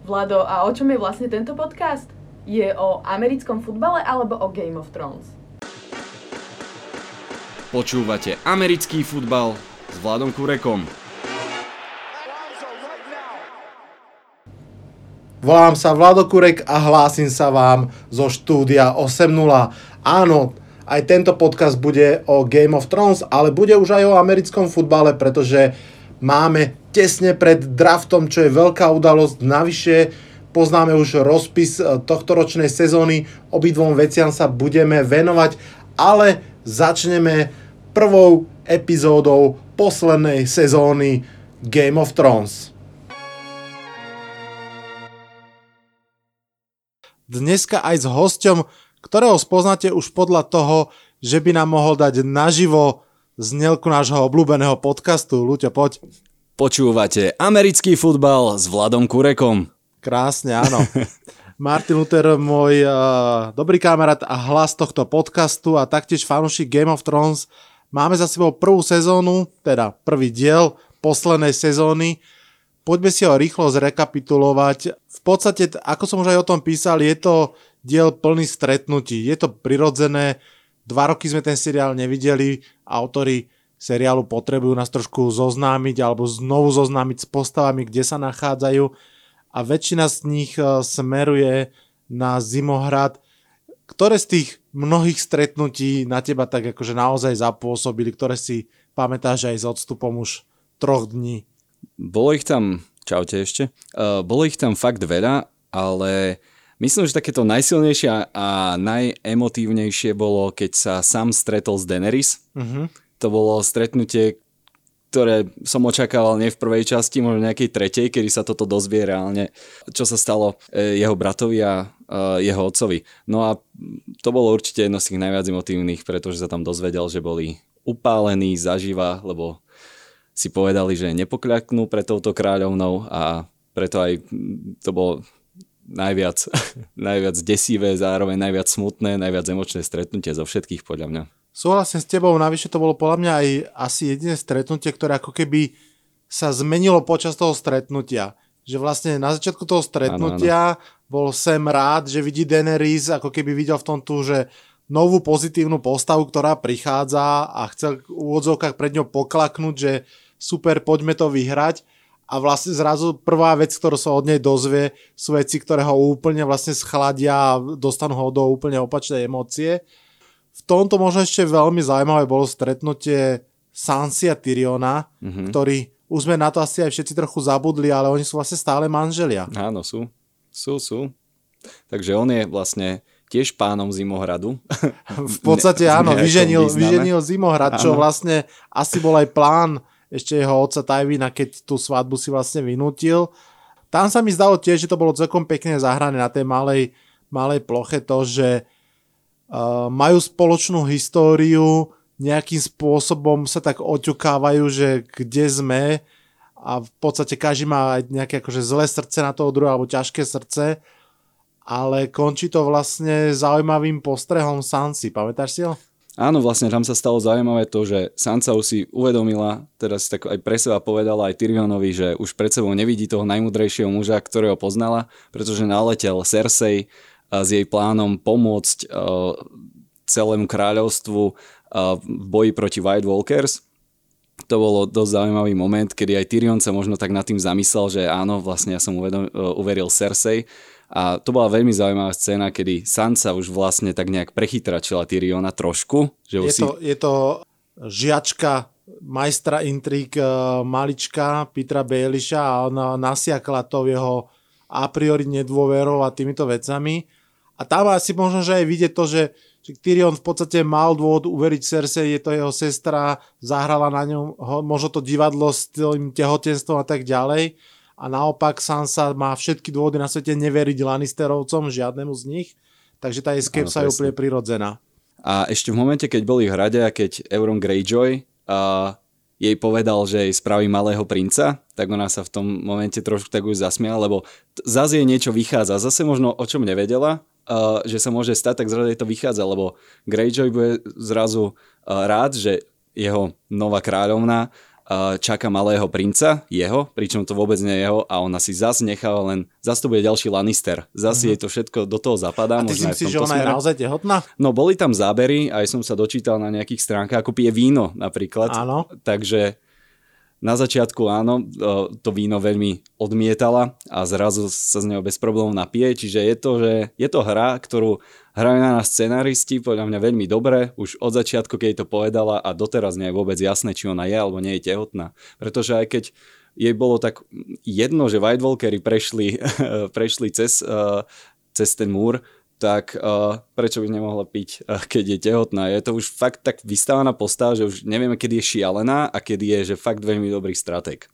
Vlado, a o čom je vlastne tento podcast? Je o americkom futbale alebo o Game of Thrones? Počúvate Americký futbal s Vladom Kurekom. Volám sa Vlado Kurek a hlásim sa vám zo štúdia 8.0. Áno, aj tento podcast bude o Game of Thrones, ale bude už aj o americkom futbale, pretože máme tesne pred draftom, čo je veľká udalosť. Navyše poznáme už rozpis tohtoročnej sezóny, obidvom veciam sa budeme venovať, ale začneme prvou epizódou poslednej sezóny Game of Thrones. Dneska aj s hosťom, ktorého spoznáte už podľa toho, že by nám mohol dať naživo znelku nášho obľúbeného podcastu. Ľuďo, poď. Počúvate Americký futbal s Vladom Kurekom. Krásne, áno. Martin Luther, môj dobrý kamarát a hlas tohto podcastu a taktiež fanúšik Game of Thrones. Máme za sebou prvú sezónu, teda prvý diel poslednej sezóny. Poďme si ho rýchlo zrekapitulovať. V podstate, ako som už aj o tom písal, je to diel plný stretnutí. Je to prirodzené. 2 roky sme ten seriál nevideli. Autori seriálu potrebujú nás trošku zoznámiť alebo znovu zoznámiť s postavami, kde sa nachádzajú. A väčšina z nich smeruje na Zimohrad. Ktoré z tých mnohých stretnutí na teba tak akože naozaj zapôsobili? Ktoré si pamätáš aj s odstupom už 3 dní? Bolo ich tam, čaute ešte, bolo ich tam fakt veľa, ale myslím, že takéto najsilnejšie a najemotívnejšie bolo, keď sa Sam stretol s Daenerys. To bolo stretnutie, ktoré som očakával nie v prvej časti, možno nejakej tretej, kedy sa toto dozvie reálne, čo sa stalo jeho bratovi a jeho otcovi. No a to bolo určite jedno z tých najviac emotívnych, pretože sa tam dozvedel, že boli upálení zaživa, lebo si povedali, že nepokľaknú pre touto kráľovnou a preto aj to bolo najviac desivé, zároveň najviac smutné, najviac emočné stretnutie zo všetkých podľa mňa. Súhlasím s tebou, navyše to bolo podľa mňa aj asi jediné stretnutie, ktoré ako keby sa zmenilo počas toho stretnutia. Že vlastne na začiatku toho stretnutia bol Sam rád, že vidí Daenerys, ako keby videl v tom tú, že novú pozitívnu postavu, ktorá prichádza a chcel v úvodzovkách pred ňou poklaknúť, že super, poďme to vyhrať. A vlastne zrazu prvá vec, ktorú sa od nej dozvie, sú veci, ktoré ho úplne vlastne schladia a dostanú ho do úplne opačnej emócie. V tomto možno ešte veľmi zaujímavé bolo stretnutie Sansi a Tyriona, ktorí, už sme na to asi aj všetci trochu zabudli, ale oni sú vlastne stále manželia. Áno, sú. Takže on je vlastne tiež pánom Zimohradu. V podstate áno, vyženil Zimohrad, čo vlastne asi bol aj plán ešte jeho otca Tywina, keď tú svadbu si vlastne vynútil. Tam sa mi zdalo tiež, že to bolo celkom pekne zahrané na tej malej ploche to, že majú spoločnú históriu, nejakým spôsobom sa tak oťukávajú, že kde sme a v podstate každý má aj nejaké akože zlé srdce na toho druhého alebo ťažké srdce, ale končí to vlastne zaujímavým postrehom Sansi. Pamätáš si ho? Áno, vlastne tam sa stalo zaujímavé to, že Sansa už si uvedomila, teraz tak aj pre seba povedala aj Tyrionovi, že už pred sebou nevidí toho najmudrejšieho muža, ktorého poznala, pretože naletel Cersei s jej plánom pomôcť celému kráľovstvu v boji proti White Walkers. To bolo dosť zaujímavý moment, kedy aj Tyrion sa možno tak nad tým zamyslel, že áno, vlastne ja som uveril Cersei. A to bola veľmi zaujímavá scéna, kedy Sansa už vlastne tak nejak prechytračila Tyriona trošku. Že je to žiačka majstra intrík malička Petra Baelisha a ona nasiakla to jeho a priori nedôverou a týmito vecami. A tam asi možno, že aj vidieť to, že Tyrion v podstate mal dôvod uveriť Cersei, je to jeho sestra, zahrala na ňom možno to divadlo s tým tehotenstvom a tak ďalej. A naopak Sansa má všetky dôvody na svete neveriť Lannisterovcom, žiadnemu z nich. Takže tá skepsa je úplne prirodzená. A ešte v momente, keď boli v hrade a keď Euron Greyjoy jej povedal, že jej spraví malého princa, tak ona sa v tom momente trošku tak už zasmiala, lebo zase jej niečo vychádza. Zase možno o čom nevedela, že sa môže stať, tak zrazu jej to vychádza, lebo Greyjoy bude zrazu rád, že jeho nová kráľovná čaká malého princa, pričom to vôbec nie je jeho a ona si zase necháva len, zase to bude ďalší Lannister. Zase jej to všetko do toho zapadá. A ty si myslíš, že ona je naozaj tehotná? No boli tam zábery, aj som sa dočítal na nejakých stránkach, ako pije víno napríklad. Áno. Takže na začiatku áno, to víno veľmi odmietala a zrazu sa z neho bez problémov napije, čiže je to hra, ktorú hrajú na nás scenáristi, podľa mňa veľmi dobre, už od začiatku, keď to povedala a doteraz nie je vôbec jasné, či ona je alebo nie je tehotná. Pretože aj keď jej bolo tak jedno, že White Walkery prešli cez ten múr, tak prečo by nemohla piť, keď je tehotná. Je to už fakt tak vystávaná postava, že už nevieme, kedy je šialená a kedy je že fakt veľmi dobrý stratég.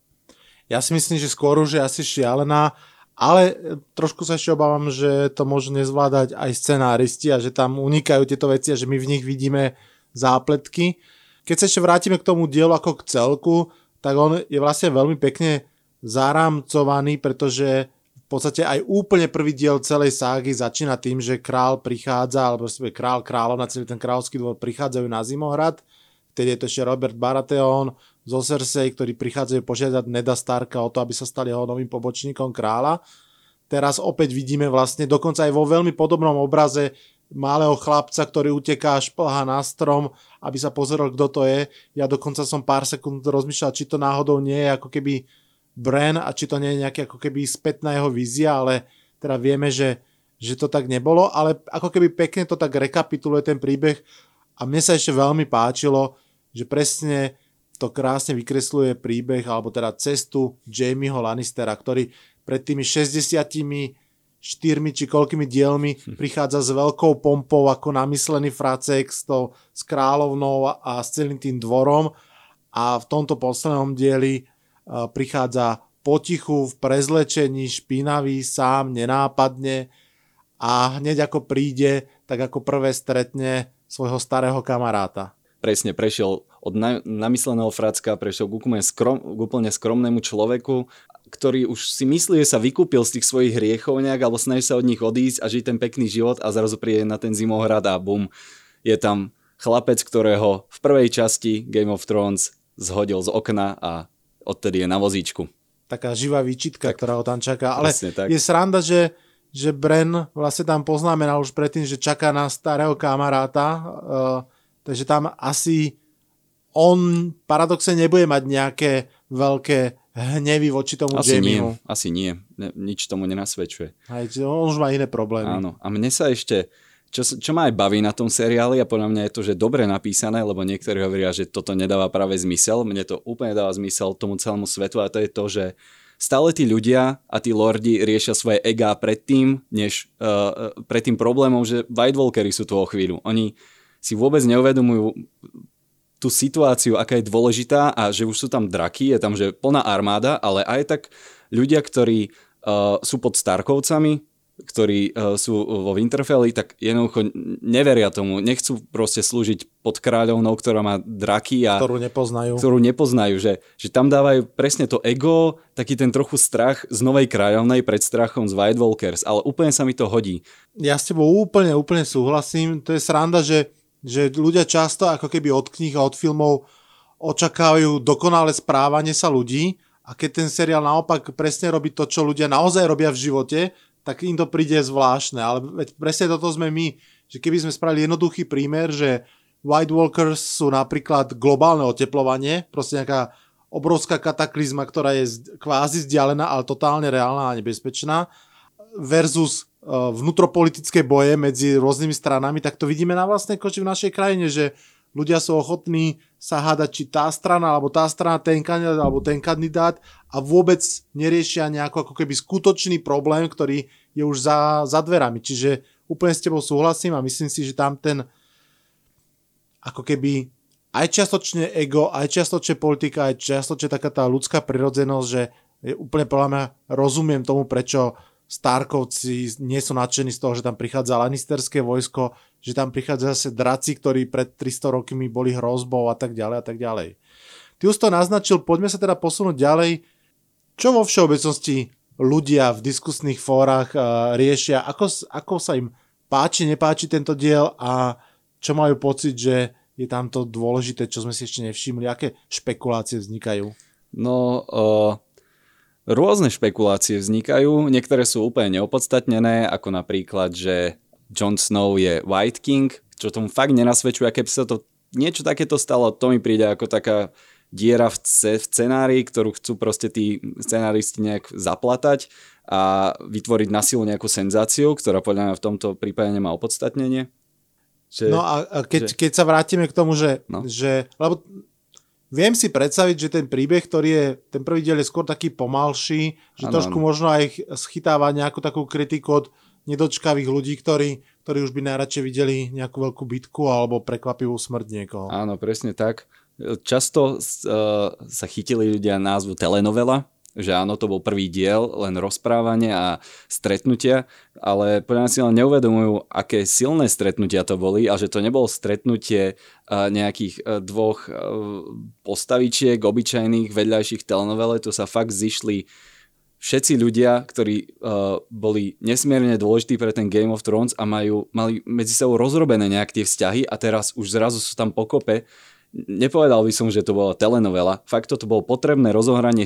Ja si myslím, že skôr už je asi šialená, ale trošku sa ešte obávam, že to môžu nezvládať aj scenáristi a že tam unikajú tieto veci a že my v nich vidíme zápletky. Keď sa ešte vrátime k tomu dielu ako k celku, tak on je vlastne veľmi pekne zarámcovaný, pretože v podstate aj úplne prvý diel celej ságy začína tým, že král prichádza, alebo kráľovna, celý ten kráľovský dvor prichádzajú na Zimohrad. Vtedy je to ešte Robert Baratheon zo Cersei, ktorí prichádzajú požiadať Neda Starka o to, aby sa stal jeho novým pobočníkom kráľa. Teraz opäť vidíme vlastne, dokonca aj vo veľmi podobnom obraze malého chlapca, ktorý uteká a šplhá na strom, aby sa pozrel, kto to je. Ja dokonca som pár sekúnd rozmýšľal, či to náhodou nie je ako keby Bran a či to nie je nejaký ako keby spätná jeho vízia, ale teda vieme, že to tak nebolo, ale ako keby pekne to tak rekapituluje ten príbeh a mne sa ešte veľmi páčilo, že presne to krásne vykresľuje príbeh, alebo teda cestu Jamieho Lannistera, ktorý pred tými 64 či koľkými dielmi prichádza s veľkou pompou ako namyslený fracek s kráľovnou a s celým tým dvorom a v tomto poslednom dieli prichádza potichu, v prezlečení, špinavý, sám, nenápadne a hneď ako príde, tak ako prvé stretne svojho starého kamaráta. Presne, prešiel od namysleného fracka, prešiel k úplne skromnému človeku, ktorý už si myslí, že sa vykúpil z tých svojich hriechov nejak, alebo snaží sa od nich odísť a žiť ten pekný život a zrazu príde na ten Zimohrad a bum, je tam chlapec, ktorého v prvej časti Game of Thrones zhodil z okna a odtedy je na vozíčku. Taká živá výčitka, ktorá ho tam čaká. Ale tak. Je sranda, že Bran vlastne tam poznamenal už predtým, že čaká na starého kamaráta, takže tam asi on paradoxne nebude mať nejaké veľké hnevy voči tomu Jamiemu. Asi nie. Nič tomu nenasvedčuje. On už má iné problémy. Áno. A mne sa ešte Čo ma aj baví na tom seriáli a podľa mňa je to, že dobre napísané, lebo niektorí hovoria, že toto nedáva práve zmysel. Mne to úplne dáva zmysel tomu celému svetu a to je to, že stále tí ľudia a tí lordi riešia svoje egá pred tým problémom, že White Walkery sú tu o chvíľu. Oni si vôbec neuvedomujú tú situáciu, aká je dôležitá a že už sú tam draky, je tam že plná armáda, ale aj tak ľudia, ktorí sú pod Starkovcami, ktorí sú vo Winterfelli, tak jednoducho neveria tomu, nechcú proste slúžiť pod kráľovnou, ktorá má draky a ktorú nepoznajú, že tam dávajú presne to ego, taký ten trochu strach z novej kráľovnej pred strachom z White Walkers, ale úplne sa mi to hodí. Ja s tebou úplne súhlasím, to je sranda, že ľudia často ako keby od kníh a od filmov očakávajú dokonalé správanie sa ľudí a keď ten seriál naopak presne robí to, čo ľudia naozaj robia v živote, tak im to príde zvláštne, ale presne toto sme my, že keby sme spravili jednoduchý prímer, že White Walkers sú napríklad globálne oteplovanie, proste nejaká obrovská kataklizma, ktorá je kvázi vzdialená, ale totálne reálna a nebezpečná, versus vnútropolitické boje medzi rôznymi stranami, tak to vidíme na vlastnej koži v našej krajine, že ľudia sú ochotní sa hádať, či tá strana, alebo tá strana, ten kandidát, alebo ten kandidát a vôbec neriešia nejaký ako keby skutočný problém, ktorý je už za dverami. Čiže úplne s tebou súhlasím a myslím si, že tam ten ako keby aj čiastočne ego, aj čiastočne politika, aj čiastočne taká tá ľudská prirodzenosť, že je úplne podľa mňa rozumiem tomu, prečo Starkovci nie sú nadšení z toho, že tam prichádza Lannisterské vojsko, že tam prichádza zase draci, ktorí pred 300 rokmi boli hrozbou a tak ďalej a tak ďalej. Ty už to naznačil, poďme sa teda posunúť ďalej. Čo vo všeobecnosti ľudia v diskusných fórach riešia, ako sa im páči, nepáči tento diel a čo majú pocit, že je tam to dôležité, čo sme si ešte nevšimli? Aké špekulácie vznikajú? No, rôzne špekulácie vznikajú, niektoré sú úplne neopodstatnené, ako napríklad, že Jon Snow je White King, čo tomu fakt nenasvedčuje, a keby sa to niečo takéto stalo, to mi príde ako taká diera v scenárii, ktorú chcú proste tí scenáristi nejak zaplatať a vytvoriť na silu nejakú senzáciu, ktorá podľa mňa v tomto prípade nemá opodstatnenie. No a keď sa vrátime k tomu, že lebo viem si predstaviť, že ten príbeh, ten prvý diel je skôr taký pomalší, že trošku možno aj schytáva nejakú takú kritiku od nedočkavých ľudí, ktorí už by najradšej videli nejakú veľkú bitku alebo prekvapivú smrť niekoho. Áno, presne tak. Často sa chytili ľudia názvu telenovela, že áno, to bol prvý diel, len rozprávanie a stretnutia, ale podľa mňa si len neuvedomujú, aké silné stretnutia to boli a že to nebolo stretnutie nejakých dvoch postavičiek, obyčajných vedľajších telenovele, tu sa fakt zišli všetci ľudia, ktorí boli nesmierne dôležití pre ten Game of Thrones a mali medzi sebou rozrobené nejak tie vzťahy a teraz už zrazu sú tam pokope. Nepovedal by som, že to bola telenovela. Fakt toto bolo potrebné rozohranie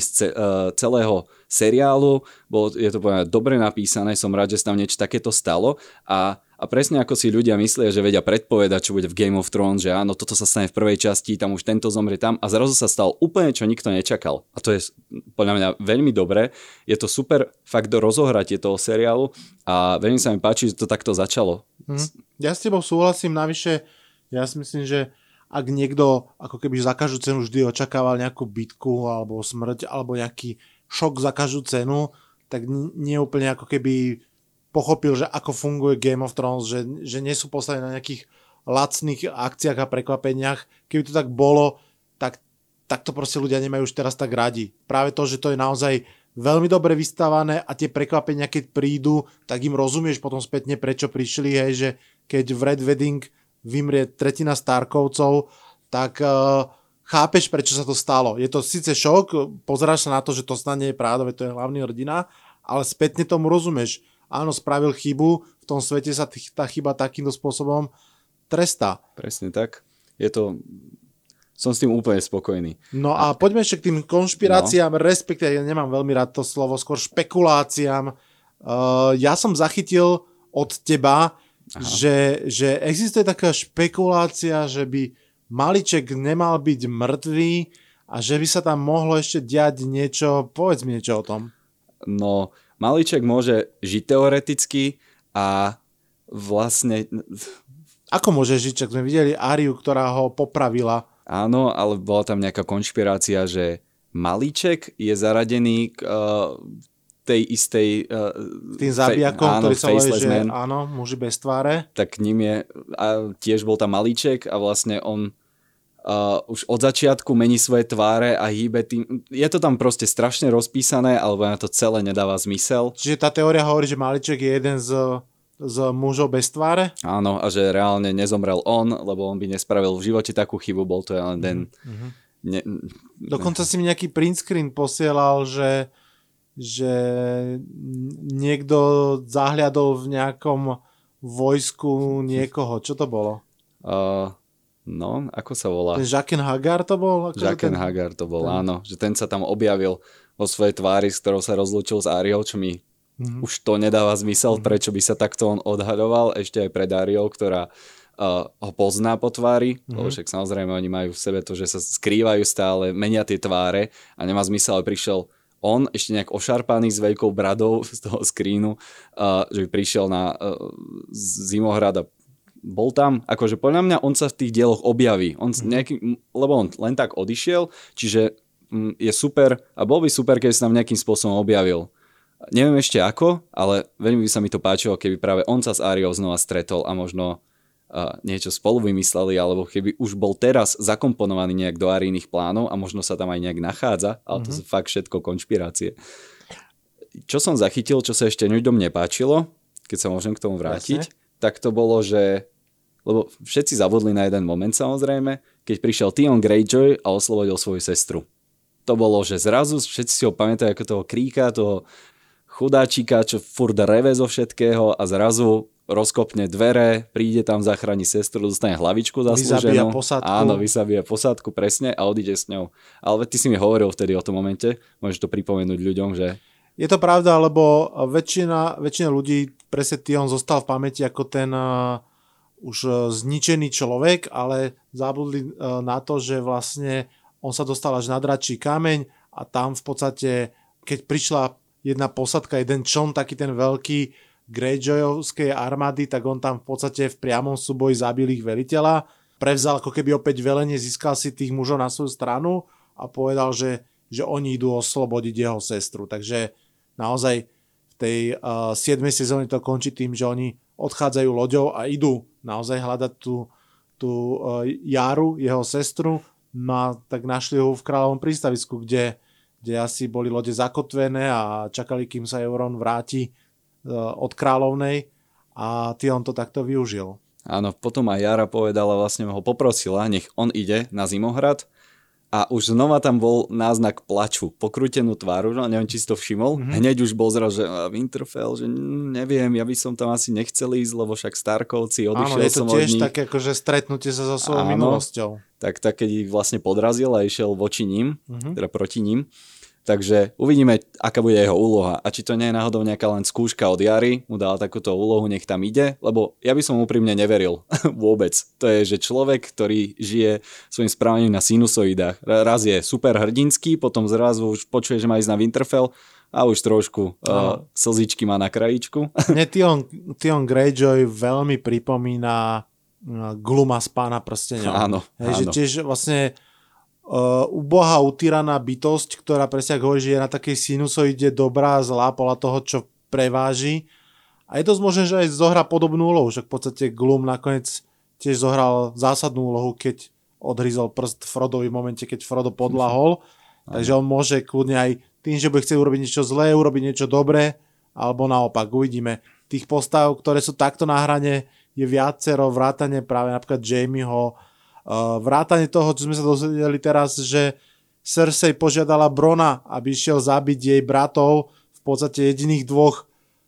celého seriálu. Je to povedať dobre napísané, som rád, že sa tam niečo takéto stalo a presne ako si ľudia myslia, že vedia predpovedať, čo bude v Game of Thrones, že áno, toto sa stane v prvej časti, tam už tento zomrie tam a zrazu sa stalo úplne, čo nikto nečakal. A to je podľa mňa veľmi dobré. Je to super fakt do rozohratie toho seriálu a veľmi sa mi páči, že to takto začalo. Ja s tebou súhlasím, navyše ja si myslím, že ak niekto ako keby za každú cenu vždy očakával nejakú bitku alebo smrť alebo nejaký šok za každú cenu, tak nie úplne ako keby pochopil, že ako funguje Game of Thrones, že nie sú postavené na nejakých lacných akciách a prekvapeniach. Keby to tak bolo, tak to proste ľudia nemajú už teraz tak radi. Práve to, že to je naozaj veľmi dobre vystavané a tie prekvapenia, keď prídu, tak im rozumieš potom spätne, prečo prišli, hej, že keď v Red Wedding vymrie tretina Starkovcov, tak chápeš, prečo sa to stalo. Je to síce šok, pozeráš sa na to, že to snad nie je pravda, to je hlavný hrdina, ale spätne tomu rozumieš. Áno, spravil chybu, v tom svete sa tá chyba takýmto spôsobom trestá. Presne tak. Som s tým úplne spokojný. No a poďme ešte k tým konšpiráciám, respektíve ja nemám veľmi rád to slovo, skôr špekuláciám. Ja som zachytil od teba, že existuje taká špekulácia, že by Maliček nemal byť mŕtvý a že by sa tam mohlo ešte diať niečo. Povedz mi niečo o tom. No, Maliček môže žiť teoreticky a vlastne... Ako môže žiť? Čak sme videli Áriu, ktorá ho popravila. Áno, ale bola tam nejaká konšpirácia, že Maliček je zaradený k tej istej... tým zabijakom, ktorý sa volá, že áno, muži bez tváre. Tak ním je... A tiež bol tam Maliček a vlastne on už od začiatku mení svoje tváre a hýbe tým... Je to tam proste strašne rozpísané, alebo na to celé nedáva zmysel. Čiže tá teória hovorí, že Maliček je jeden z mužov bez tváre? Áno, a že reálne nezomrel on, lebo on by nespravil v živote takú chybu, bol to len ten... Dokonca si mi nejaký print screen posielal, že niekto zahliadol v nejakom vojsku niekoho. Čo to bolo? No, ako sa volá? Ten Jaqen H'ghar to bol? Jaqen H'ghar to bol, áno. Že ten sa tam objavil vo svojej tvári, s ktorou sa rozlúčil s Áriou, čo mi už to nedáva zmysel, prečo by sa takto on odhaľoval, ešte aj pred Áriou, ktorá ho pozná po tvári, lebo však samozrejme oni majú v sebe to, že sa skrývajú stále, menia tie tváre a nemá zmysel, ale prišiel on ešte nejak ošarpaný s veľkou bradou z toho skrínu, že by prišiel na Zimohrad a bol tam, akože podľa mňa on sa v tých dieloch objaví, lebo on len tak odišiel, čiže je super a bol by super, keby sa tam nejakým spôsobom objavil. Neviem ešte ako, ale veľmi by sa mi to páčilo, keby práve on sa s Áriou znova stretol a možno niečo spolu vymysleli, alebo keby už bol teraz zakomponovaný nejak do Árijných plánov a možno sa tam aj nejak nachádza, ale to sú fakt všetko konšpirácie. Čo som zachytil, čo sa ešte ľuďom nepáčilo, keď sa môžem k tomu vrátiť, tak to bolo, že lebo všetci zavodli na jeden moment samozrejme, keď prišiel Theon Greyjoy a oslobodil svoju sestru. To bolo, že zrazu všetci si ho pamätajú ako toho kríka, toho chudáčika, čo furt reve zo všetkého a zrazu rozkopne dvere, príde tam, zachráni sestru, dostane hlavičku Vyzabíja zaslúženú. posádku. Áno, vysabíja posádku, presne, a odíde s ňou. Ale ty si mi hovoril vtedy o tom momente, môžeš to pripomenúť ľuďom, že... Je to pravda, lebo väčšina ľudí presne Tion zostal v pamäti ako ten už zničený človek, ale zabudli na to, že vlastne on sa dostal až na dračí kameň a tam v podstate, keď prišla jedna posadka, jeden čln, taký ten veľký Greyjoyovskej armády, tak on tam v podstate v priamom súboji zabil ich veliteľa, prevzal ako keby opäť velenie, získal si tých mužov na svoju stranu a povedal, že oni idú oslobodiť jeho sestru. Takže naozaj v tej 7. sezóne to končí tým, že oni odchádzajú loďou a idú naozaj hľadať tú Járu, jeho sestru. No a tak našli ho v Kráľovom prístavisku, kde asi boli lode zakotvené a čakali, kým sa Euron vráti od Kráľovnej a Tion to takto využil. Áno, potom aj Jara povedala, vlastne ho poprosila, nech on ide na Zimohrad a už znova tam bol náznak plaču, pokrútenú tváru, no neviem, či si to všimol, hneď už bol zraz, že Winterfell, že neviem, ja by som tam asi nechcel ísť, lebo však Starkovci, odišiel som od nich. Áno, je to tiež také akože stretnutie sa so svojou minulosťou. Tak keď ich vlastne podrazil a išiel voči ním, teda proti ním. Takže uvidíme, aká bude jeho úloha. A či to nie je náhodou nejaká len skúška od Jary, mu dala takúto úlohu, nech tam ide, lebo ja by som úprimne neveril vôbec. To je, že človek, ktorý žije svojim správaním na sinusoidách, raz je super hrdinský, potom zrazu už počuje, že má ísť na Winterfell a už trošku slzičky má na krajičku. Mne Tion Greyjoy veľmi pripomína Gluma z Pána prsteňov. Áno, Že tiež vlastne ubohá, utíraná bytosť, ktorá presne ako hovorí, že je na takej sinusoide dobrá a zlá podľa toho, čo preváži. A je dosť možné, že aj zohrá podobnú úlohu, že v podstate Glum nakoniec tiež zohral zásadnú úlohu, keď odhryzol prst Frodovi v momente, keď Frodo podlahol. Takže on môže kľudne aj tým, že bude chcieť urobiť niečo zlé, urobiť niečo dobré, alebo naopak, uvidíme. Tých postav, ktoré sú takto na hrane, je viacero, vrátane práve napríklad Jaimeho, vrátane toho, čo sme sa dozvedeli teraz, že Cersei požiadala Brona, aby išiel zabiť jej bratov, v podstate jediných dvoch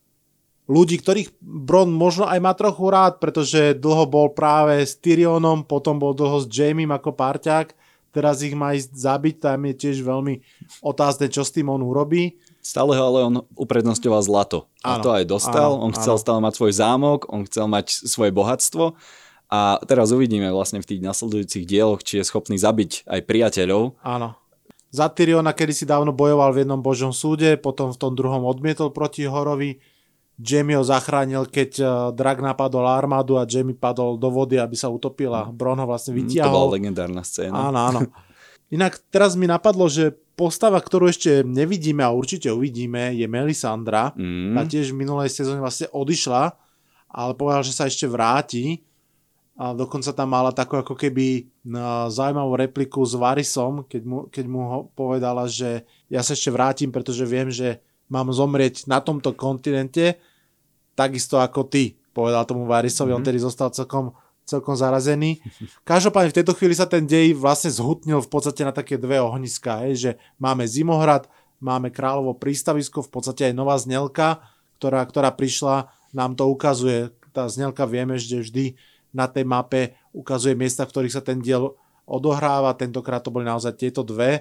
ľudí, ktorých Bron možno aj má trochu rád, pretože dlho bol práve s Tyrionom, potom bol dlho s Jaimem ako parťák, teraz ich má ísť zabiť, tam je tiež veľmi otázne, čo s tým on urobí. Stále ho ale on uprednostňoval zlato. A to aj dostal, on chcel stále mať svoj zámok, on chcel mať svoje bohatstvo. A teraz uvidíme vlastne v tých nasledujúcich dieloch, či je schopný zabiť aj priateľov. Áno. Za Tyriona kedysi dávno bojoval v jednom božom súde, potom v tom druhom odmietol proti Horovi. Jaime ho zachránil, keď drak napadol armádu a Jaime padol do vody, aby sa utopil a Bron ho vlastne vytiahol. To bola legendárna scéna. Áno. Inak teraz mi napadlo, že postava, ktorú ešte nevidíme a určite uvidíme, je Melisandra. Tá tiež v minulej sezóne vlastne odišla, ale povedal, že sa ešte vráti. A dokonca tam mala takú ako keby zaujímavú repliku s Varisom, keď mu povedala, že ja sa ešte vrátim, pretože viem, že mám zomrieť na tomto kontinente, takisto ako ty, povedal tomu Varisovi, on tedy zostal celkom zarazený. Každopádne v tejto chvíli sa ten dej vlastne zhutnil v podstate na také dve ohniská, že máme Zimohrad, máme Kráľovo prístavisko, v podstate aj nová znelka, ktorá prišla, nám to ukazuje, tá znelka vieme, že vždy na tej mape ukazuje miesta, v ktorých sa ten diel odohráva. Tentokrát to boli naozaj tieto dve.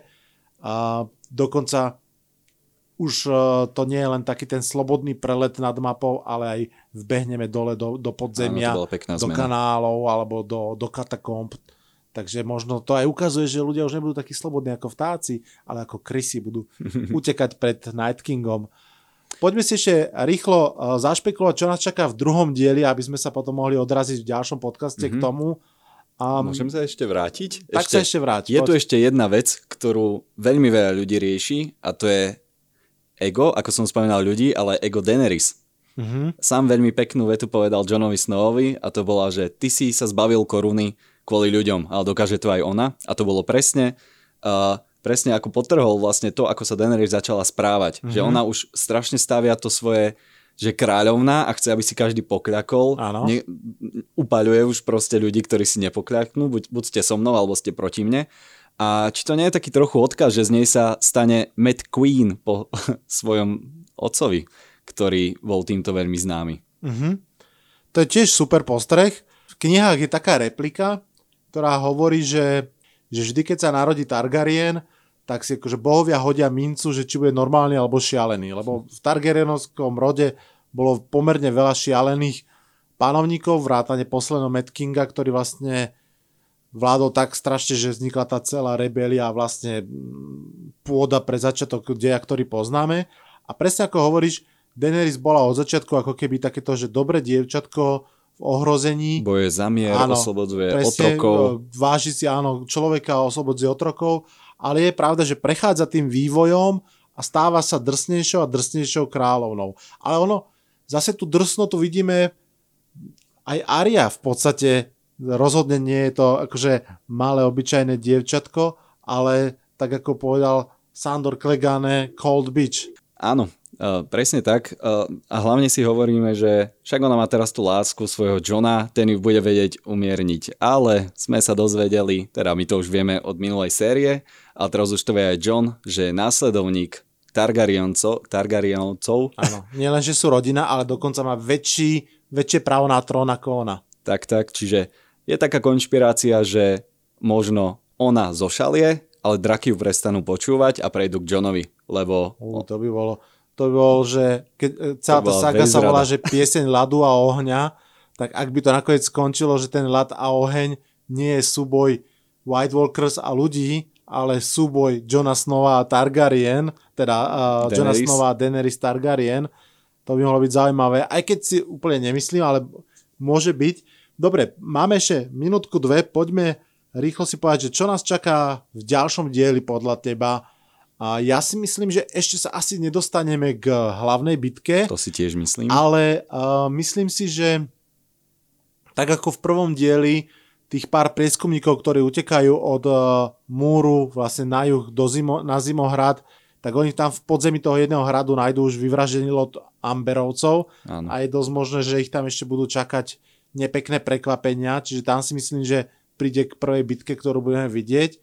A dokonca už to nie je len taký ten slobodný prelet nad mapou, ale aj vbehneme dole do podzemia, do kanálov alebo do katakomb. Takže možno to aj ukazuje, že ľudia už nebudú takí slobodní ako vtáci, ale ako krysy budú utekať pred Night Kingom. Poďme si ešte rýchlo zašpekulovať, čo nás čaká v druhom dieli, aby sme sa potom mohli odraziť v ďalšom podcaste k tomu. Môžem sa ešte vrátiť? Tak sa ešte vráť. Je tu ešte jedna vec, ktorú veľmi veľa ľudí rieši, a to je ego, ako som spomínal ľudí, ale ego Daenerys. Sám veľmi peknú vetu povedal Jonovi Snowovi a to bola, že ty si sa zbavil koruny kvôli ľuďom, ale dokáže to aj ona. A to bolo presne ako podtrhol vlastne to, ako sa Daenerys začala správať. Že ona už strašne stavia to svoje, že kráľovná a chce, aby si každý pokľakol. Upaľuje už proste ľudí, ktorí si nepokľaknú. Buď ste so mnou, alebo ste proti mne. A či to nie je taký trochu odkaz, že z nej sa stane Mad Queen po svojom otcovi, ktorý bol týmto veľmi známy. To je tiež super postreh. V knihách je taká replika, ktorá hovorí, že vždy, keď sa narodí Targaryen, tak si akože bohovia hodia mincu, že či bude normálny alebo šialený. Lebo v Targaryenovskom rode bolo pomerne veľa šialených panovníkov, vrátane posledného Mad Kinga, ktorý vlastne vládol tak strašne, že vznikla tá celá rebelia a vlastne pôda pre začiatok deja, ktorý poznáme. A presne ako hovoríš, Daenerys bola od začiatku ako keby takéto, že dobré dievčatko v ohrození. Boje za mier, áno, oslobodzuje presne, otrokov. Váži si, áno, človeka, oslobodzuje otrokov, ale je pravda, že prechádza tým vývojom a stáva sa drsnejšou a drsnejšou kráľovnou. Ale ono, zase tú drsnotu vidíme, aj Arya v podstate rozhodne nie je to akože malé obyčajné dievčatko, ale tak ako povedal Sandor Clegane, cold bitch. Áno, presne tak. A hlavne si hovoríme, že však ona má teraz tú lásku svojho Johna, ten ju bude vedieť umierniť. Ale sme sa dozvedeli, teda my to už vieme od minulej série, ale teraz už to vie aj Jon, že je následovník Targaryenovcov. Áno, nielen, že sú rodina, ale dokonca má väčšie právo na trón ako ona. Tak, čiže je taká konšpirácia, že možno ona zošalie, ale draky ju prestanú počúvať a prejdú k Jonovi, lebo... To by bolo, že keď celá tá saga sa volá, že pieseň ľadu a ohňa, tak ak by to nakoniec skončilo, že ten ľad a oheň nie je súboj White Walkers a ľudí, ale súboj Jona Snowa a Targaryen, teda Jona Snowa a Daenerys Targaryen, to by mohlo byť zaujímavé, aj keď si úplne nemyslím, ale môže byť. Dobre, máme ešte minútku, dve, poďme rýchlo si povedať, že čo nás čaká v ďalšom dieli podľa teba. A ja si myslím, že ešte sa asi nedostaneme k hlavnej bitke. To si tiež myslím. Ale myslím si, že tak ako v prvom dieli tých pár prieskumníkov, ktorí utekajú od múru vlastne na juh na Zimohrad, tak oni tam v podzemí toho jedného hradu nájdú už vyvraždený lot Amberovcov. Áno. A je dosť možné, že ich tam ešte budú čakať nepekné prekvapenia, čiže tam si myslím, že príde k prvej bitke, ktorú budeme vidieť,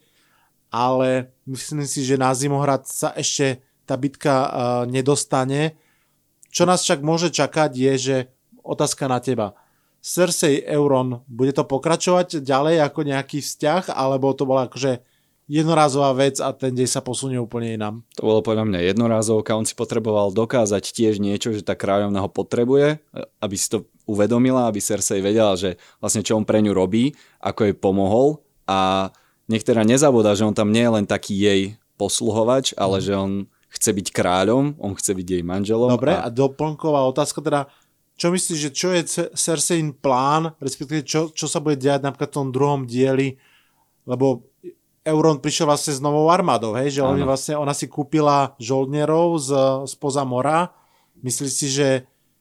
ale myslím si, že na Zimohrad sa ešte tá bitka nedostane. Čo nás však môže čakať je, že otázka na teba. Cersei Euron, bude to pokračovať ďalej ako nejaký vzťah, alebo to bola akože jednorázová vec a ten dej sa posunie úplne inám? To bolo podľa mňa jednorázovka, on si potreboval dokázať tiež niečo, že tá kráľovna ho potrebuje, aby si to uvedomila, aby Cersei vedela, že vlastne čo on pre ňu robí, ako jej pomohol a nech teda nezabúda, že on tam nie je len taký jej posluhovač, ale že on chce byť kráľom, on chce byť jej manželom. Dobre, a doplnková otázka teda, čo myslíš, že čo je Cersein plán, respektíve čo sa bude diať napríklad v tom druhom dieli, lebo Euron prišiel vlastne s novou armádou, hej, že ona si kúpila žoldnierov spoza mora, myslíš si, že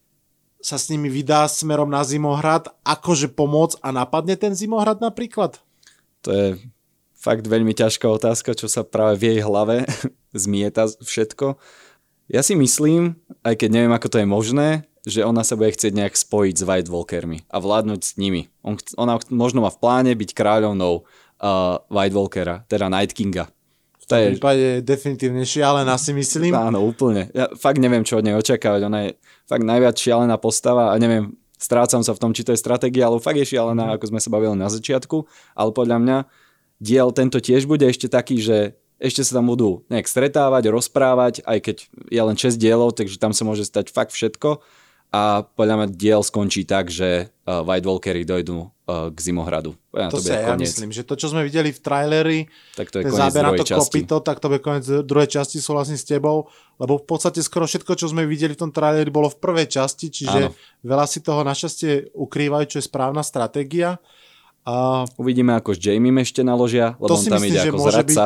sa s nimi vydá smerom na Zimohrad, akože pomôcť a napadne ten Zimohrad napríklad? To je fakt veľmi ťažká otázka, čo sa práve v jej hlave zmieta všetko. Ja si myslím, aj keď neviem, ako to je možné, že ona sa bude chcieť nejak spojiť s White Walkermi a vládnuť s nimi. Ona možno má v pláne byť kráľovnou White Walkera, teda Night Kinga. V tom prípade definitívne šialená, si myslím. Áno, úplne. Ja fakt neviem, čo od nej očakávať. Ona je fakt najviac šialená postava a neviem, strácam sa v tom, či to je stratégia, ale fakt je šialená, ako sme sa bavili na začiatku. Ale podľa mňa diel tento tiež bude ešte taký, že ešte sa tam budú nejak stretávať, rozprávať, aj keď je len 6 dielov, takže tam sa môže stať fakt všetko. A podľa mňa diel skončí tak, že White Walkery dojdú k Zimohradu. To sa ja myslím, že to, čo sme videli v traileri, tak to je ten záber na to kopyto, tak to bude koniec druhej časti, súhlasím s tebou, lebo v podstate skoro všetko, čo sme videli v tom traileri, bolo v prvej časti, čiže veľa si toho našťastie ukrývajú, čo je správna stratégia. Uvidíme, ako s Jaimiem ešte naložia, lebo on tam ide ako zradca.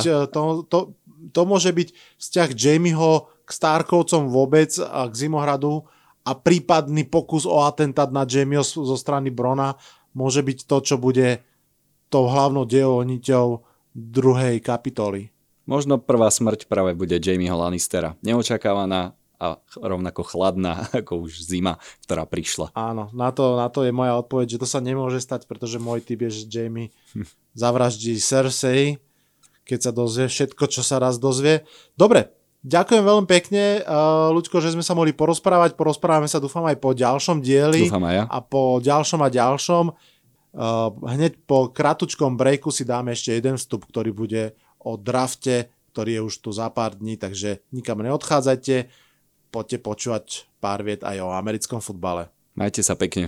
To môže byť vzťah Jaimieho k Starkovcom vôbec a k Zimohradu a prípadný pokus o atentát na Jaimieho zo strany Brona môže byť to, čo bude tou hlavnou dejovou niťou druhej kapitoly. Možno prvá smrť práve bude Jaimieho Lannistera. Neočakávaná a rovnako chladná, ako už zima, ktorá prišla. Áno, na to je moja odpoveď, že to sa nemôže stať, pretože môj typ je, že Jaime zavraždí Cersei, keď sa dozvie všetko, čo sa raz dozvie. Dobre, Ďakujem veľmi pekne, Ľuďko, že sme sa mohli porozprávať. Porozprávame sa, dúfam, aj po ďalšom dieli. Dúfam aj ja. A po ďalšom a ďalšom. Hneď po kratučkom breaku si dáme ešte jeden vstup, ktorý bude o drafte, ktorý je už tu za pár dní, takže nikam neodchádzajte. Poďte počúvať pár viet aj o americkom futbale. Majte sa pekne.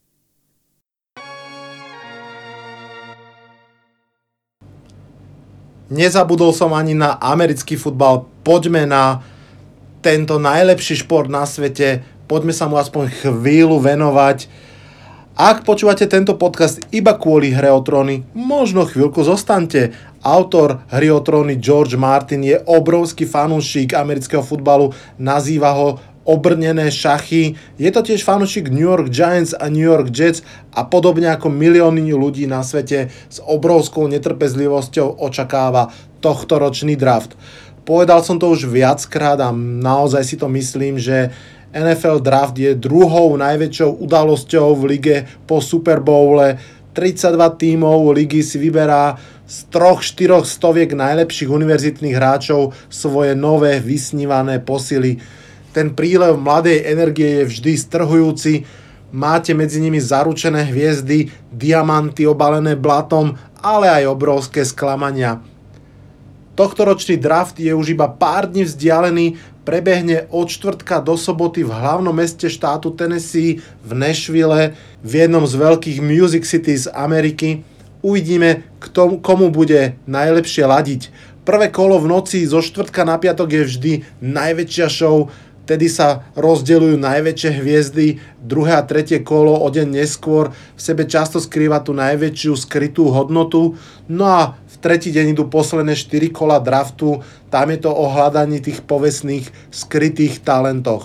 Nezabudol som ani na americký futbal. Poďme na tento najlepší šport na svete. Poďme sa mu aspoň chvíľu venovať. Ak počúvate tento podcast iba kvôli Hre o tróny, možno chvíľku zostaňte. Autor Hry o tróny George Martin je obrovský fanúšik amerického futbalu. Nazýva ho obrnené šachy. Je to tiež fanúšik New York Giants a New York Jets a podobne ako milióny ľudí na svete s obrovskou netrpezlivosťou očakáva tohtoročný draft. Povedal som to už viackrát a naozaj si to myslím, že NFL draft je druhou najväčšou udalosťou v lige po Super Bowle. 32 tímov ligy si vyberá z 3-4 stoviek najlepších univerzitných hráčov svoje nové vysnívané posily. Ten prílev mladej energie je vždy strhujúci, máte medzi nimi zaručené hviezdy, diamanty obalené blatom, ale aj obrovské sklamania. Tohtoročný draft je už iba pár dní vzdialený, prebehne od štvrtka do soboty v hlavnom meste štátu Tennessee v Nashville, v jednom z veľkých music cities Ameriky. Uvidíme, komu bude najlepšie ladiť. Prvé kolo v noci zo štvrtka na piatok je vždy najväčšia show, tedy sa rozdeľujú najväčšie hviezdy, druhé a tretie kolo o deň neskôr v sebe často skrýva tú najväčšiu skrytú hodnotu. No a v tretí deň idú posledné 4 kola draftu, tam je to o hľadaní tých povestných skrytých talentoch.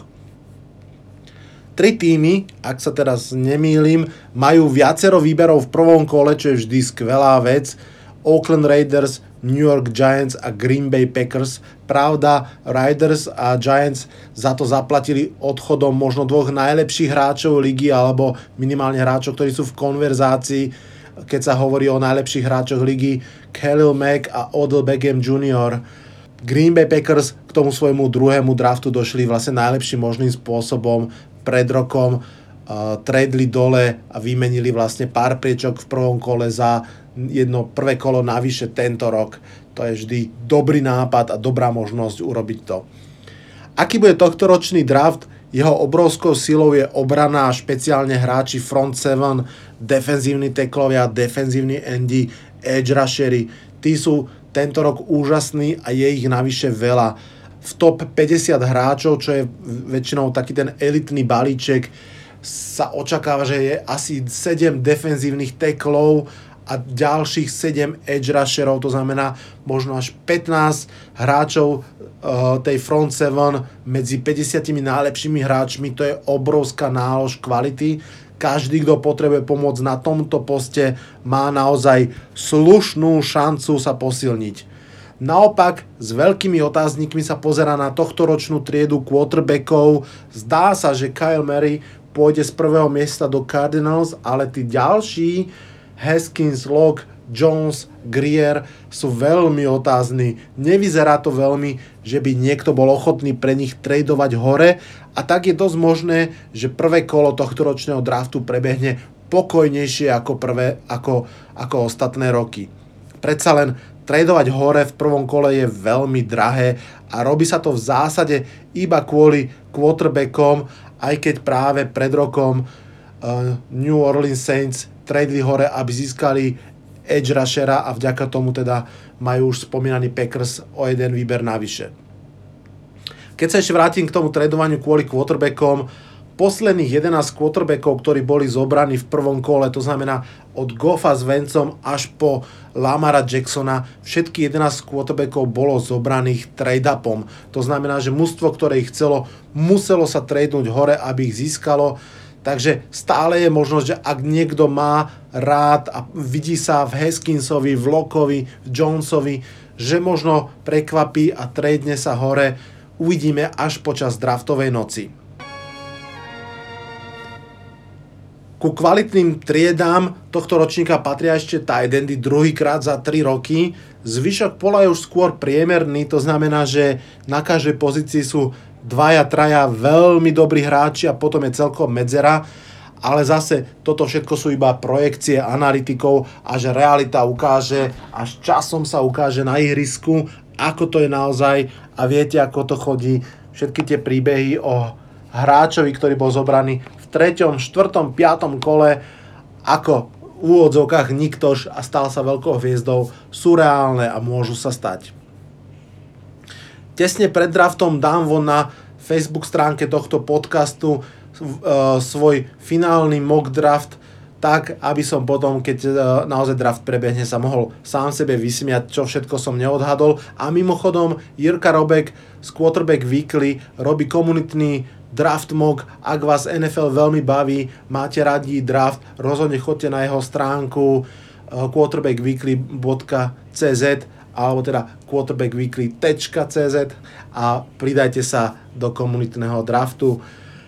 3 týmy, ak sa teraz nemýlim, majú viacero výberov v prvom kole, čo je vždy skvelá vec. Oakland Raiders, New York Giants a Green Bay Packers. Pravda, Raiders a Giants za to zaplatili odchodom možno 2 najlepších hráčov ligy alebo minimálne hráčov, ktorí sú v konverzácii, keď sa hovorí o najlepších hráčoch ligy, Khalil Mack a Odell Beckham Jr. Green Bay Packers k tomu svojmu druhému draftu došli vlastne najlepším možným spôsobom pred rokom. Tradeli dole a vymenili vlastne pár priečok v prvom kole za jedno prvé kolo navyše tento rok. To je vždy dobrý nápad a dobrá možnosť urobiť to. Aký bude tohtoročný draft? Jeho obrovskou silou je obrana a špeciálne hráči front 7, defenzívni tacklovia, defenzívni endi, edge rushery. Tí sú tento rok úžasní a je ich navyše veľa. V top 50 hráčov, čo je väčšinou taký ten elitný balíček, sa očakáva, že je asi 7 defenzívnych tacklov a ďalších 7 edge rusherov, to znamená možno až 15 hráčov tej front 7 medzi 50 najlepšími hráčmi. To je obrovská nálož kvality. Každý, kto potrebuje pomoc na tomto poste, má naozaj slušnú šancu sa posilniť. Naopak, s veľkými otáznikmi sa pozerá na tohtoročnú triedu quarterbackov. Zdá sa, že Kyle Murray pôjde z prvého miesta do Cardinals, ale tí ďalší, Haskins, Locke, Jones, Grier, sú veľmi otázni. Nevyzerá to veľmi, že by niekto bol ochotný pre nich tradovať hore a tak je dosť možné, že prvé kolo tohtoročného draftu prebehne pokojnejšie ako ostatné roky. Predsa len tradovať hore v prvom kole je veľmi drahé a robí sa to v zásade iba kvôli quarterbackom, aj keď práve pred rokom New Orleans Saints tradeli hore, aby získali edge rushera a vďaka tomu teda majú už spomínaný Packers o jeden výber navyše. Keď sa ešte vrátim k tomu tradovaniu kvôli quarterbackom, posledných 11 quarterbackov, ktorí boli zobraní v prvom kole, to znamená od Goffa s Vencom až po Lamara Jacksona, všetky 11 quarterbackov bolo zobraných trade-upom. To znamená, že mužstvo, ktoré ich chcelo, muselo sa tradenúť hore, aby ich získalo. Takže stále je možnosť, že ak niekto má rád a vidí sa v Haskinsovi, v Lockovi, v Jonesovi, že možno prekvapí a tradne sa hore, uvidíme až počas draftovej noci. Ku kvalitným triedám tohto ročníka patria ešte tight endy druhýkrát za 3 roky. Zvyšok pola je už skôr priemerný, to znamená, že na každej pozícii sú 2-3 veľmi dobrí hráči a potom je celkom medzera. Ale zase toto všetko sú iba projekcie analytikov a že realita ukáže, až časom sa ukáže na ihrisku, ako to je naozaj a viete, ako to chodí. Všetky tie príbehy o hráčovi, ktorý bol zobraný v 3., 4., 5. kole ako v úvodzovkách niktož a stal sa veľkou hviezdou, sú reálne a môžu sa stať. Tesne pred draftom dám von na Facebook stránke tohto podcastu svoj finálny mock draft, tak aby som potom, keď naozaj draft prebehne, sa mohol sám sebe vysmiať, čo všetko som neodhadol. A mimochodom, Jirka Robek z Quarterback Weekly robí komunitný draft mock. Ak vás NFL veľmi baví, máte radi draft, rozhodne choďte na jeho stránku quarterbackweekly.cz alebo teda quarterbackweekly.cz a pridajte sa do komunitného draftu.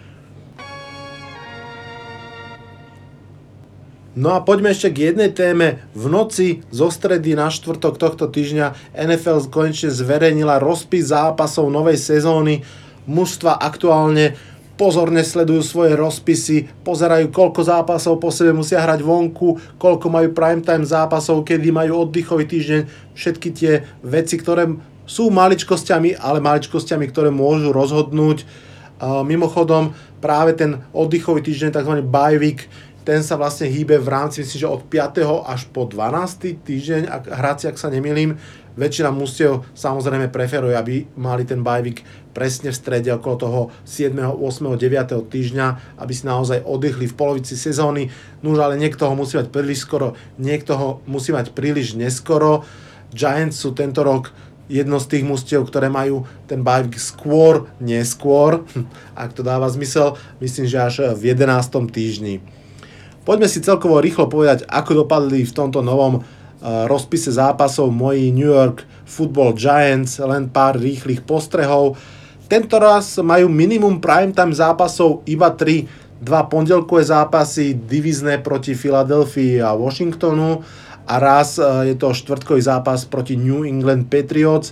No a poďme ešte k jednej téme. V noci zo stredy na štvrtok tohto týždňa NFL konečne zverejnila rozpis zápasov novej sezóny. Mužstva aktuálne pozorne sledujú svoje rozpisy, pozerajú, koľko zápasov po sebe musia hrať vonku, koľko majú primetime zápasov, kedy majú oddychový týždeň, všetky tie veci, ktoré sú maličkosťami, ale maličkosťami, ktoré môžu rozhodnúť. Mimochodom, práve ten oddychový týždeň, tzv. Bye week, ten sa vlastne hýbe v rámci, myslím, že od 5. až po 12. týždeň, ak sa nemýlim. Väčšina mužstiev samozrejme preferuje, aby mali ten bye week presne v strede okolo toho 7., 8., 9. týždňa, aby si naozaj oddychli v polovici sezóny. Nuž, ale niekto ho musí mať príliš skoro, niekto ho musí mať príliš neskoro. Giants sú tento rok jedno z tých mužstiev, ktoré majú ten bye week skôr, neskôr. Ak to dáva zmysel, myslím, že až v 11. týždni. Poďme si celkovo rýchlo povedať, ako dopadli v tomto novom rozpise zápasov moji New York Football Giants, len pár rýchlych postrehov. Tento raz majú minimum primetime zápasov iba 3, 2 pondelkové zápasy, divízne proti Filadelfii a Washingtonu a raz je to štvrtkový zápas proti New England Patriots.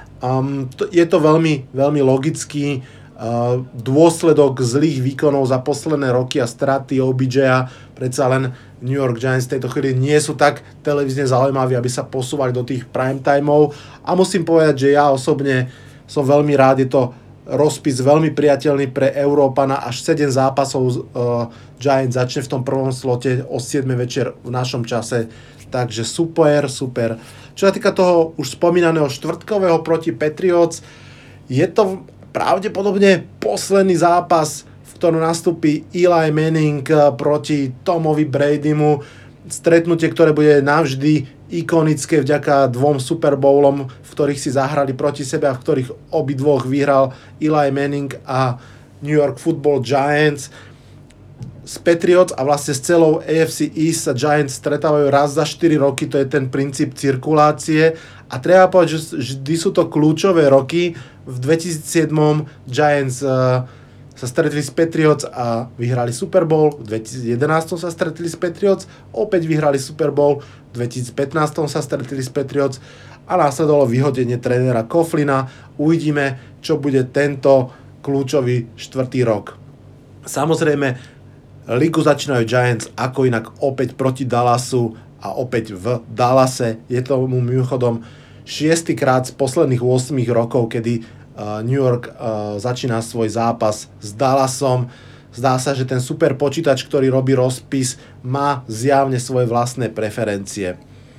Je to veľmi, veľmi logický dôsledok zlých výkonov za posledné roky a straty OBJ-a. Predsa len New York Giants v tejto chvíli nie sú tak televízne zaujímaví, aby sa posúvali do tých primetimeov. A musím povedať, že ja osobne som veľmi rád, je to rozpis veľmi priateľný pre Európana, až 7 zápasov Giants začne v tom prvom slote o 7 večer v našom čase. Takže super, super. Čo sa týka toho už spomínaného štvrtkového proti Patriots, je to pravdepodobne posledný zápas, v ktorom nastúpi Eli Manning proti Tomovi Bradymu. Stretnutie, ktoré bude navždy ikonické vďaka 2 Super Bowlom, v ktorých si zahrali proti sebe a v ktorých obidvoch vyhral Eli Manning a New York Football Giants. S Patriots a vlastne s celou AFC East sa Giants stretávajú raz za 4 roky, to je ten princíp cirkulácie. A treba povedať, že vždy sú to kľúčové roky. V 2007 Giants sa stretli s Patriots a vyhrali Super Bowl. V 2011 sa stretli s Patriots, opäť vyhrali Super Bowl. V 2015 sa stretli s Patriots a následovalo vyhodenie trénera Coughlina. Uvidíme, čo bude tento kľúčový štvrtý rok. Samozrejme, ligu začínajú Giants ako inak opäť proti Dallasu a opäť v Dallase. Je to mimochodom 6. krát z posledných 8 rokov, kedy New York začína svoj zápas s Dallasom. Zdá sa, že ten super počítač, ktorý robí rozpis, má zjavne svoje vlastné preferencie.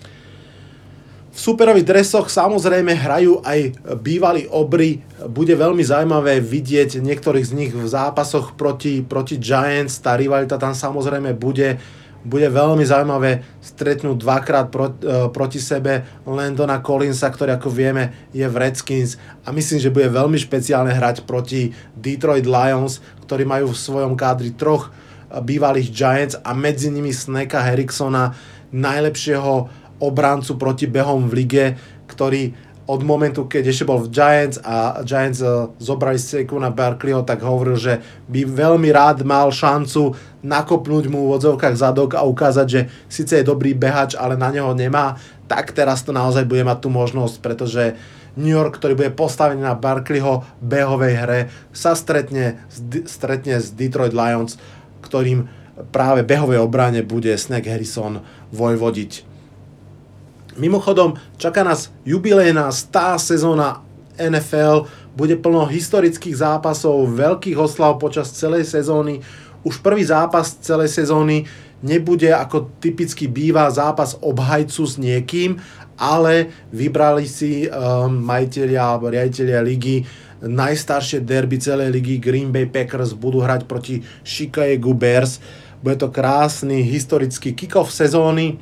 V superových dresoch samozrejme hrajú aj bývalí obry. Bude veľmi zaujímavé vidieť niektorých z nich v zápasoch proti Giants. Tá rivalita tam samozrejme bude veľmi zaujímavé stretnúť dvakrát proti sebe Landona Collinsa, ktorý, ako vieme, je v Redskins, a myslím, že bude veľmi špeciálne hrať proti Detroit Lions, ktorí majú v svojom kádri 3 bývalých Giants a medzi nimi Snacka Harrisona, najlepšieho obrancu proti behom v lige, ktorý od momentu, keď ešte bol v Giants a Giants zobrali Saquona Barkleyho, tak hovoril, že by veľmi rád mal šancu nakopnúť mu v odzovkách zadok a ukázať, že síce je dobrý behač, ale na neho nemá, tak teraz to naozaj bude mať tú možnosť, pretože New York, ktorý bude postavený na Barkleyho behovej hre, sa stretne s Detroit Lions, ktorým práve behovej obrane bude Snake Harrison vojvodiť. Mimochodom, čaká nás jubilejná 100. sezóna NFL, bude plno historických zápasov, veľkých oslav počas celej sezóny. Už prvý zápas celej sezóny nebude, ako typicky býva, zápas obhajcu s niekým, ale vybrali si majitelia alebo riaditelia ligy najstaršie derby celej ligy. Green Bay Packers budú hrať proti Chicago Bears. Bude to krásny historický kick-off sezóny,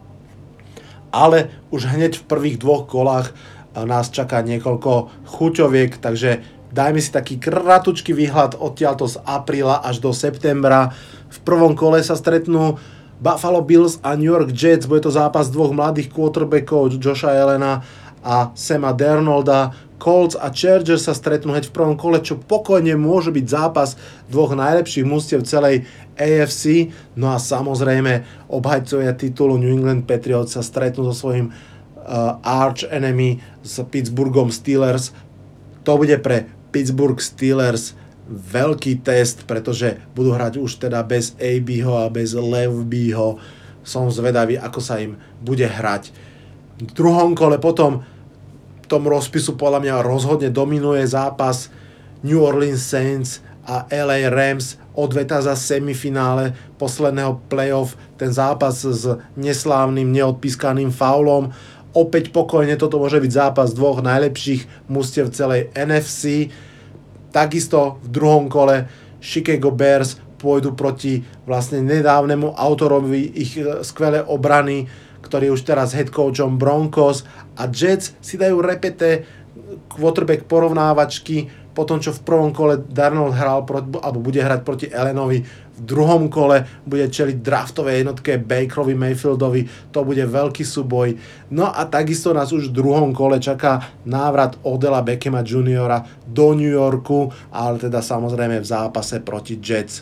ale už hneď v prvých 2 kolách nás čaká niekoľko chuťoviek, takže dajme si taký kratučký výhľad odtiaľto z apríla až do septembra. V prvom kole sa stretnú Buffalo Bills a New York Jets, bude to zápas 2 mladých quarterbackov, Josha Allena a Sama Darnolda. Colts a Chargers sa stretnú hneď v prvom kole, čo pokojne môže byť zápas 2 najlepších mužstiev celej AFC. No a samozrejme obhajcovia titulu New England Patriots sa stretnú so svojím arch enemy s Pittsburghom Steelers. To bude pre Pittsburgh Steelers veľký test, pretože budú hrať už teda bez ABho a bez Levyho. Som zvedavý, ako sa im bude hrať. V druhom kole potom tom rozpisu podľa mňa rozhodne dominuje zápas New Orleans Saints a LA Rams, odveta za semifinále posledného playoff, ten zápas s neslávnym neodpískaným faulom. Opäť pokojne toto môže byť zápas 2 najlepších mužstiev celej NFC. Takisto v druhom kole Chicago Bears pôjdu proti vlastne nedávnemu autorovi ich skvelé obrany, ktorý je už teraz head coachom Broncos, a Jets si dajú repeté quarterback porovnávačky po tom, čo v prvom kole Darnold hral alebo bude hrať proti Allenovi, v druhom kole bude čeliť draftovej jednotke Bakerovi Mayfieldovi, to bude veľký súboj. No a takisto nás už v druhom kole čaká návrat Odella Beckhama Jr. do New Yorku, ale teda samozrejme v zápase proti Jets.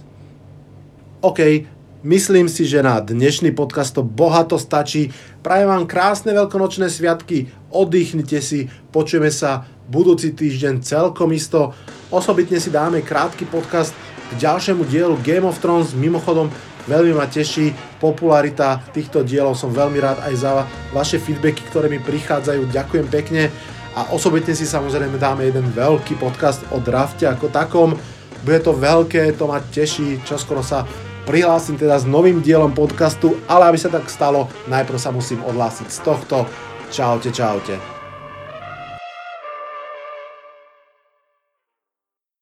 OK, myslím si, že na dnešný podcast to bohato stačí. Prajem vám krásne veľkonočné sviatky, oddychnite si, počujeme sa budúci týždeň celkom isto. Osobitne si dáme krátky podcast k ďalšiemu dielu Game of Thrones. Mimochodom, veľmi ma teší popularita týchto dielov, som veľmi rád aj za vaše feedbacky, ktoré mi prichádzajú, ďakujem pekne. A osobitne si samozrejme dáme jeden veľký podcast o drafte ako takom. Bude to veľké, to ma teší, čoskoro sa prihlásim teda s novým dielom podcastu, ale aby sa tak stalo, najprv sa musím odhlásiť z tohto. Čaute, čaute.